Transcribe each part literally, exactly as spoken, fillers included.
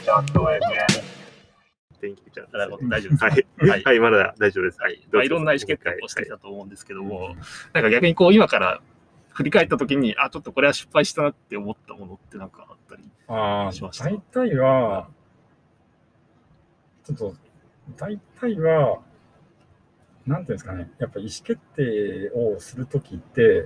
電気ちゃん、 なるほど、大丈夫です。 はい、はい、はい、まだ大丈夫です。 はい、まあ、いろんな意思決定をしてきたと思うんですけども、はい、なんか逆にこう今から振り返ったときに、あ、ちょっとこれは失敗したなって思ったものってなんかあったりしました？ 大体は、ちょっと、大体は、なんていうんですかね、やっぱり意思決定をするときって、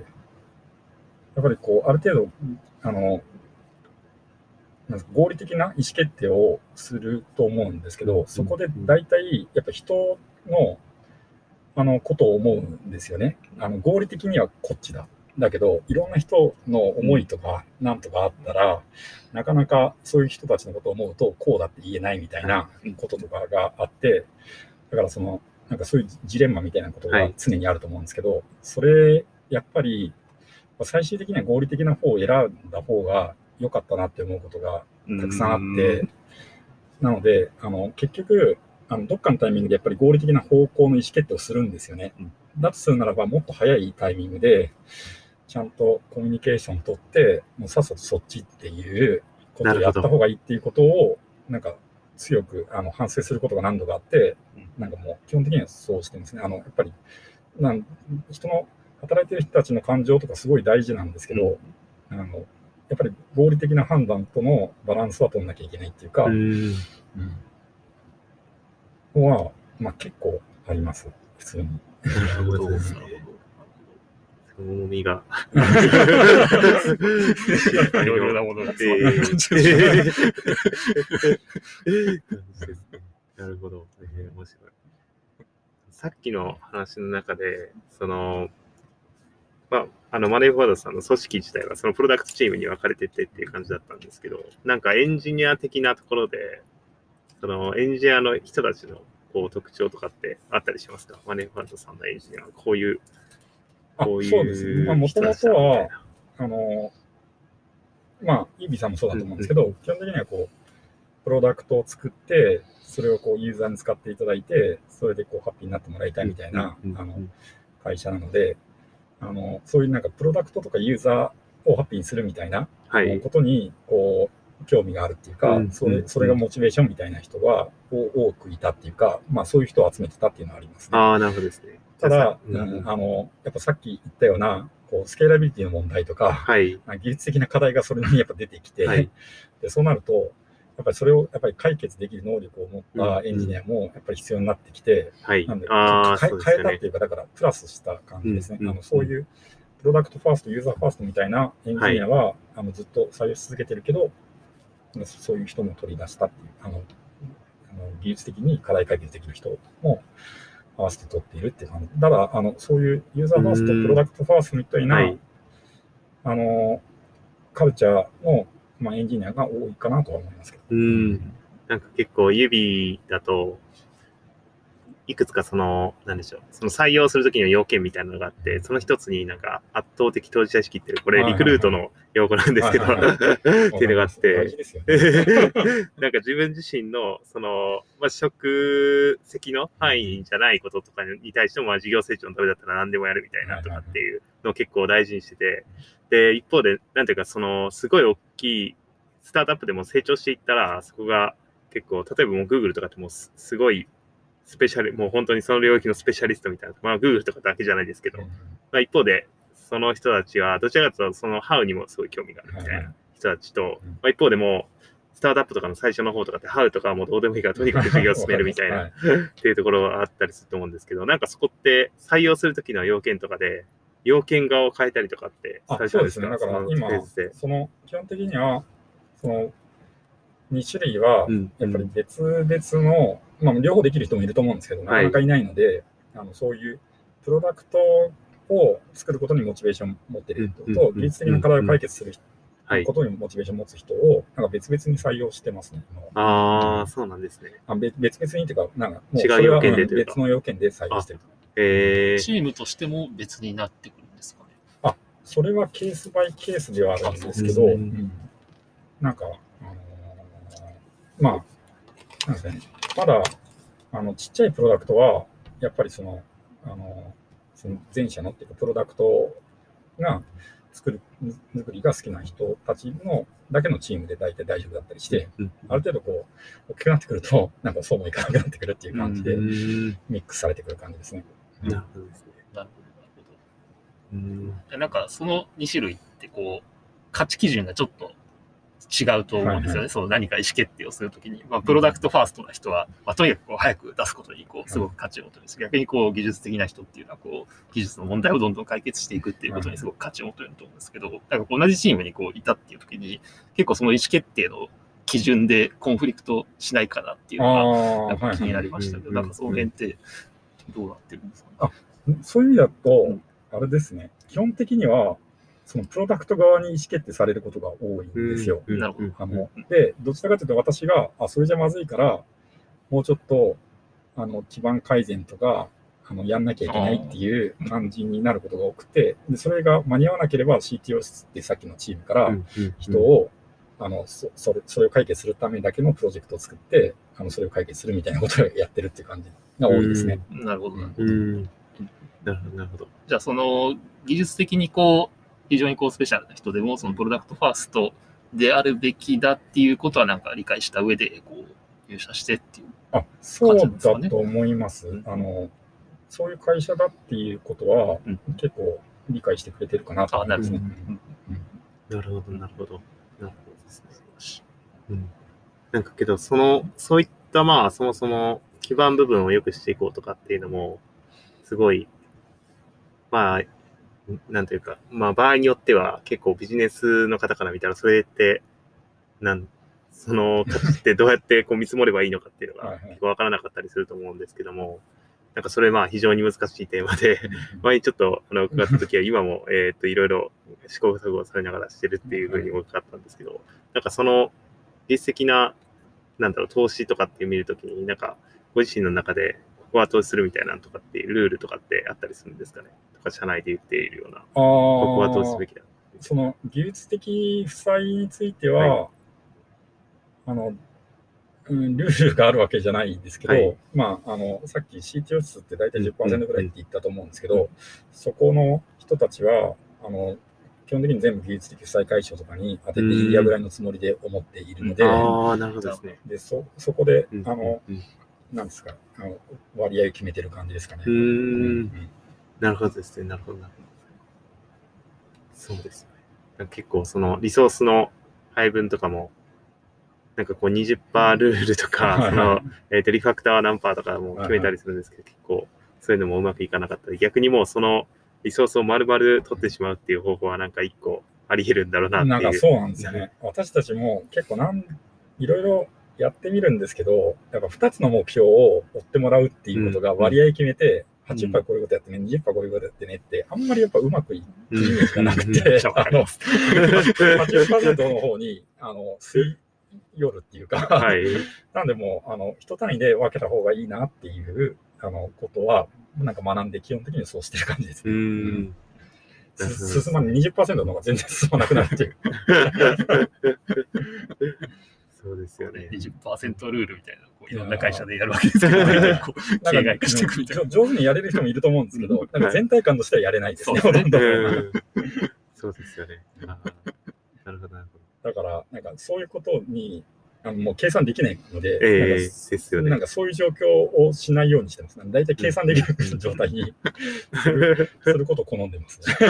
やっぱりこう、ある程度、あの、なんか合理的な意思決定をすると思うんですけど、そこで大体、やっぱ人の、あの、ことを思うんですよね。あの、合理的にはこっちだ。だけど、いろんな人の思いとか、なんとかあったら、なかなかそういう人たちのことを思うと、こうだって言えないみたいなこととかがあって、だからその、なんかそういうジレンマみたいなことが常にあると思うんですけど、それ、やっぱり、最終的には合理的な方を選んだ方が良かったなって思うことがたくさんあって、なので、あの、結局、あの、どっかのタイミングでやっぱり合理的な方向の意思決定をするんですよね。うん、だとするならば、もっと早いタイミングで、ちゃんとコミュニケーションを取って、もうさっさとそっちっていうことをやった方がいいっていうことを、なんか強くあの反省することが何度かあって、なんかもう基本的にはそうしてますね。あの、やっぱり、なん人の、働いてる人たちの感情とかすごい大事なんですけど、うん、あの、やっぱり合理的な判断とのバランスは取んなきゃいけないっていうか、うんうん、は、まあ結構あります、普通に。 なるほど。重みが。 いろいろなものが詰まってる感じですね。なるほど。えー、面白い。さっきの話の中で、その、まあ、あの、マネーフォワードさんの組織自体は、そのプロダクトチームに分かれててっていう感じだったんですけど、なんかエンジニア的なところで、そのエンジニアの人たちのこう特徴とかってあったりしますか？マネーフォワードさんのエンジニアはこういう、 こういう。そうですね。まあ、もともとは、あの、まあ、イービーさんもそうだと思うんですけど、うんうん、基本的にはこう、プロダクトを作って、それをこうユーザーに使っていただいて、それでこうハッピーになってもらいたいみたいな、うんうんうん、あの会社なので、あのそういうなんかプロダクトとかユーザーをハッピーにするみたいなことにこう興味があるっていうか、はい、それ、それがモチベーションみたいな人が多くいたっていうか、まあそういう人を集めてたっていうのはありますね。 ああ、なるほどですね。 ただ、うんうん、あのやっぱさっき言ったようなこうスケーラビリティの問題とか、はい、技術的な課題がそれにやっぱ出てきて、はい、でそうなると、やっぱりそれをやっぱり解決できる能力を持ったエンジニアもやっぱり必要になってきて、うんうん、なんであ変えたっていうか、だからプラスした感じですね。うんうん、あのそういうプロダクトファースト、ユーザーファーストみたいなエンジニアは、はい、あのずっと採用し続けてるけど、そういう人も取り出したっていう、あの、あの技術的に課題解決できる人も合わせて取っているっていう感じ。ただ、あのそういうユーザーファースト、プロダクトファーストみたいな、はい、あのカルチャーのまあ、エンジニアが多いかなとは思いますけど。 うん。なんか結構指だと、いくつかその、なんでしょう、その採用するときの要件みたいなのがあって、その一つになんか圧倒的当事者意識っていう、これリクルートの用語なんですけど、っていうのがあって、なんか自分自身の、その、まあ、職責の範囲じゃないこととかに対しても、まあ、事業成長のためだったら何でもやるみたいなとかっていうのを結構大事にしてて、で、一方で、なんていうか、その、すごい大きい、スタートアップでも成長していったら、そこが結構、例えばもう Google とかってもうすごい、スペシャル、もう本当にその領域のスペシャリストみたいな、まあ Google とかだけじゃないですけど、まあ一方で、その人たちは、どちらかというとその How にもすごい興味があるみたいな人たちと、まあ一方でも、スタートアップとかの最初の方とかって How とかはもうどうでもいいから、とにかく授業を進めるみたいな、っていうところがあったりすると思うんですけど、なんかそこって採用するときの要件とかで、要件側を変えたりとかってされたんですか？そうですね。だから今、その基本的には、そのに種類はやっぱり別々の、うん、まあ両方できる人もいると思うんですけど、なかなかいないので、はい、あのそういうプロダクトを作ることにモチベーションを持っている人と、技術的な課題を解決することにモチベーションを持つ人をなんか別々に採用してますね。 ああ、うん、そうなんですね。 あ別々にというか、なんかもう違う要件でというか、 別の要件で採用してる。 えー、チームとしても別になってくるんですかね。 あ、それはケースバイケースではあるんですけど、うん、なんか、あのー、まあ、なんですね、まだあのちっちゃいプロダクトは、やっぱりその、あのその前者のっていうか、プロダクトが作る作りが好きな人たちのだけのチームで大体大丈夫だったりして、うん、ある程度こう大きくなってくるとなんかそうもいかなくなってくるっていう感じでミックスされてくる感じですね。 なるほどですね。 なるほどなるほど。うん、なんかそのに種類ってこう価値基準がちょっと違うと思うんですよね。はいはい、その何か意思決定をするときに、まあ、プロダクトファーストな人は、まあ、とにかくこう早く出すことにこうすごく価値を求めるし、逆にこう技術的な人っていうのはこう技術の問題をどんどん解決していくっていうことにすごく価値を求めると思うんですけど、なんか同じチームにこういたっていうときに、結構その意思決定の基準でコンフリクトしないかなっていうのがなんか気になりましたけど、なんかその辺ってどうなってるんですかね。 あ、そういう意味だと、あれですね、基本的には、そのプロダクト側に意思決定されることが多いんですよ。 うん、なるほど。 あので、どちらかというと私が、あ、それじゃまずいから、もうちょっと、あの、基盤改善とか、あの、やんなきゃいけないっていう感じになることが多くて、で、それが間に合わなければ シーティーオー 室ってさっきのチームから人を、あの、そ、それ、それを解決するためだけのプロジェクトを作って、あの、それを解決するみたいなことをやってるっていう感じが多いですね。 なるほど。なるほど。 なるほど、なるほど。 じゃあ、その、技術的にこう、非常にこうスペシャルな人でも、そのプロダクトファーストであるべきだっていうことはなんか理解した上で、こう、入社してっていう、ね。 あ、そうだと思います。うん、あの、そういう会社だっていうことは、うん、結構理解してくれてるかなと思いますね。 なるほど、なるほど。なるほどですね。うん。なんかけど、その、そういったまあ、そもそも基盤部分を良くしていこうとかっていうのも、すごい、まあ、なんというか、まあ場合によっては結構ビジネスの方から見たらそれって、なん、その価値ってどうやってこう見積もればいいのかっていうのが結構わからなかったりすると思うんですけども、なんかそれまあ非常に難しいテーマで、前にちょっとあの伺った時は今もえっといろいろ試行錯誤されながらしてるっていうふうに伺ったんですけど、なんかその実質的な、なんだろう、投資とかって見るときになんかご自身の中でここは投資するみたいなのとかっていうルールとかってあったりするんですかね。社内で言っているような、ここはどうすべきだ。 その技術的負債については、はい、あの、うん、ルールがあるわけじゃないんですけど、はい、まあ、あの、さっき シーティーオー 室って大体 じゅっパーセント ぐらいって言ったと思うんですけど、うんうん、そこの人たちは、あの、基本的に全部技術的負債解消とかに当てていいやぐらいのつもりで思っているので、 ああ、なるほどですね。 で、そ、そこで、あの、うんうん、なんですか、あの割合を決めてる感じですかね。 うーん、うん、なるほどですね。なるほど、なるほど。そうですよね。結構そのリソースの配分とかも、なんかこう にじゅっパーセント ルールとか、その、えっと、リファクターは何パーとかも決めたりするんですけど、結構そういうのもうまくいかなかったり、逆にもうそのリソースを丸々取ってしまうっていう方法はなんか一個あり得るんだろうなっていう。 なんかそうなんですよね。私たちも結構なん、いろいろやってみるんですけど、やっぱふたつの目標を追ってもらうっていうことが割合決めて、うんはちじゅっパーセント こういうことやってね、にじゅっパーセント こういうことやってねって、あんまりやっぱうまくいくイメージがなくて、あの、はちじゅっパーセント の方に、あの、吸い寄るっていうか、はい、なんでもう、あの、一単位で分けた方がいいなっていう、あの、ことは、なんか学んで基本的にそうしてる感じですね。うん進まない にじゅっパーセント の方が全然進まなくなるっていう。 そうですよね。 にじゅっパーセント ルールみたいな、こういろんな会社でやるわけですけど、こう形骸化していくみたいな。 上手にやれる人もいると思うんですけど、なんか全体感としてはやれないですね、ほとんど。 そうですよね。なるほど、なるほど。だから、なんかそういうことに、あのもう計算できないので、 えー、なんかですよね、 なんかそういう状況をしないようにしてます。大体計算できる状態にする、することを好んでますね。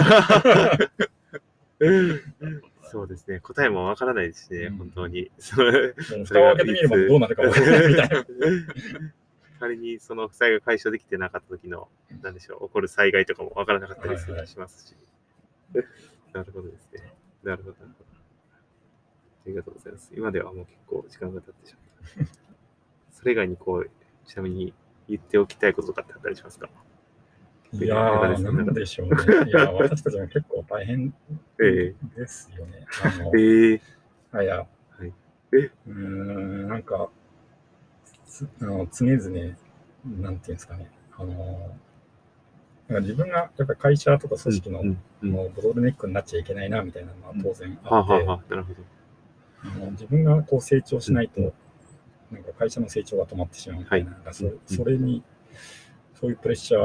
そうですね。答えもわからないですしね、うん、本当に。 蓋を開けてみればどうなるかわからないみたいな。 仮にその負債が解消できてなかった時の、なんでしょう、起こる災害とかもわからなかったりしますし。はいはい、なるほどですね。なるほど、なるほど。ありがとうございます。今ではもう結構時間が経ってしまった。それ以外にこう、ちなみに言っておきたいこととかってあったりしますか？ いやー、なんでしょうね。いや、私たちも結構大変ですよね。えー、あの、えー、あいや、はい、えうーん、なんか、あの常々、なんていうんですかね、あの、なんか自分がやっぱり会社とか組織の、うんうん、のボトルネックになっちゃいけないなみたいなのは当然あって、うんはははなるほどあの自分がこう成長しないと、うん、なんか会社の成長が止まってしまうみたいな、はい、そ, それに、そういうプレッシャー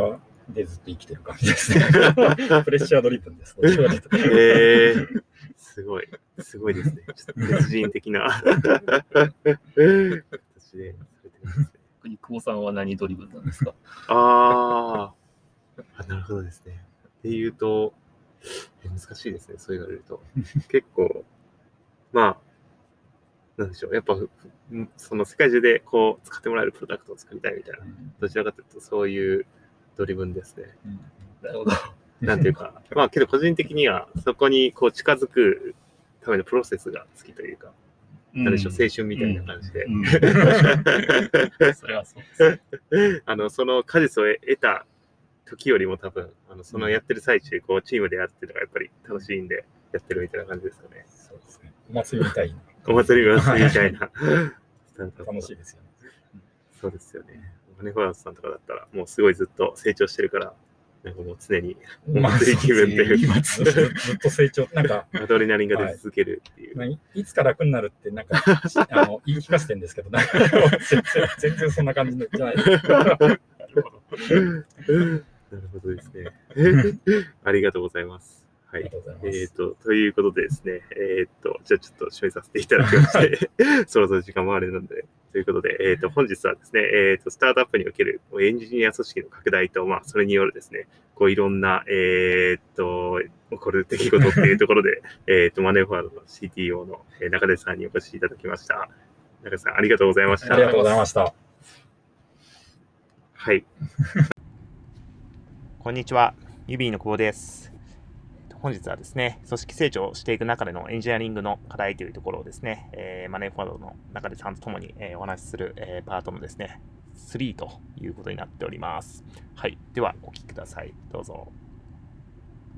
でずっと生きてる感じですね。プレッシャードリブンです。どっちかというとえー、すごい、すごいですね。ちょっと別人的な形でされてますね。 逆に久保さんは何ドリブンなんですか？ あーあ、なるほどですね。っていうと、え難しいですね、そう言われると。結構、まあ、なんでしょう、やっぱ、ふその世界中でこう使ってもらえるプロダクトを作りたいみたいな、どちらかというとそういうドリブンですね。 なるほど。 なんていうか、まあけど個人的にはそこにこう近づくためのプロセスが好きというか、なんでしょう、青春みたいな感じで。 うんうん、それはそうです。 あの、その果実を得た時よりも多分、あのそのやってる最中、こうチームでやってるのがやっぱり楽しいんで、やってるみたいな感じですかね。 そうですね。お祭りみたいな。 お祭りみたいな。 楽しいですよね。 そうですよね。マネーフォワードさんとかだったら、もうすごいずっと成長してるから、なんかもう常にお祭り気分というか、 ずっと成長、なんか、 アドレナリンが出続けるっていう。 はい、いつか楽になるって、なんか、あの言い聞かせてるんですけど、なんか全然そんな感じじゃないです。 なるほどですね。ありがとうございます。はい。えっと、ということでですね、えっと、じゃあちょっと締めさせていただきまして、そろそろ時間もあれなんで、ということで、えっと、本日はですね、えっと、スタートアップにおけるエンジニア組織の拡大と、まあ、それによるですね、こういろんな、えっと、起こる出来事っていうところで、えっと、マネーフォワードの シーティーオー の中出さんにお越しいただきました。中出さん、ありがとうございました。 ありがとうございました。 はい。こんにちは、ユビーの久保です。本日はですね、組織成長していく中でのエンジニアリングの課題というところをですね、えー、マネーフォワードの中でさんとともに、えー、お話しする、えー、パートのですね、スリーということになっております。はい。では、お聞きください。どうぞ。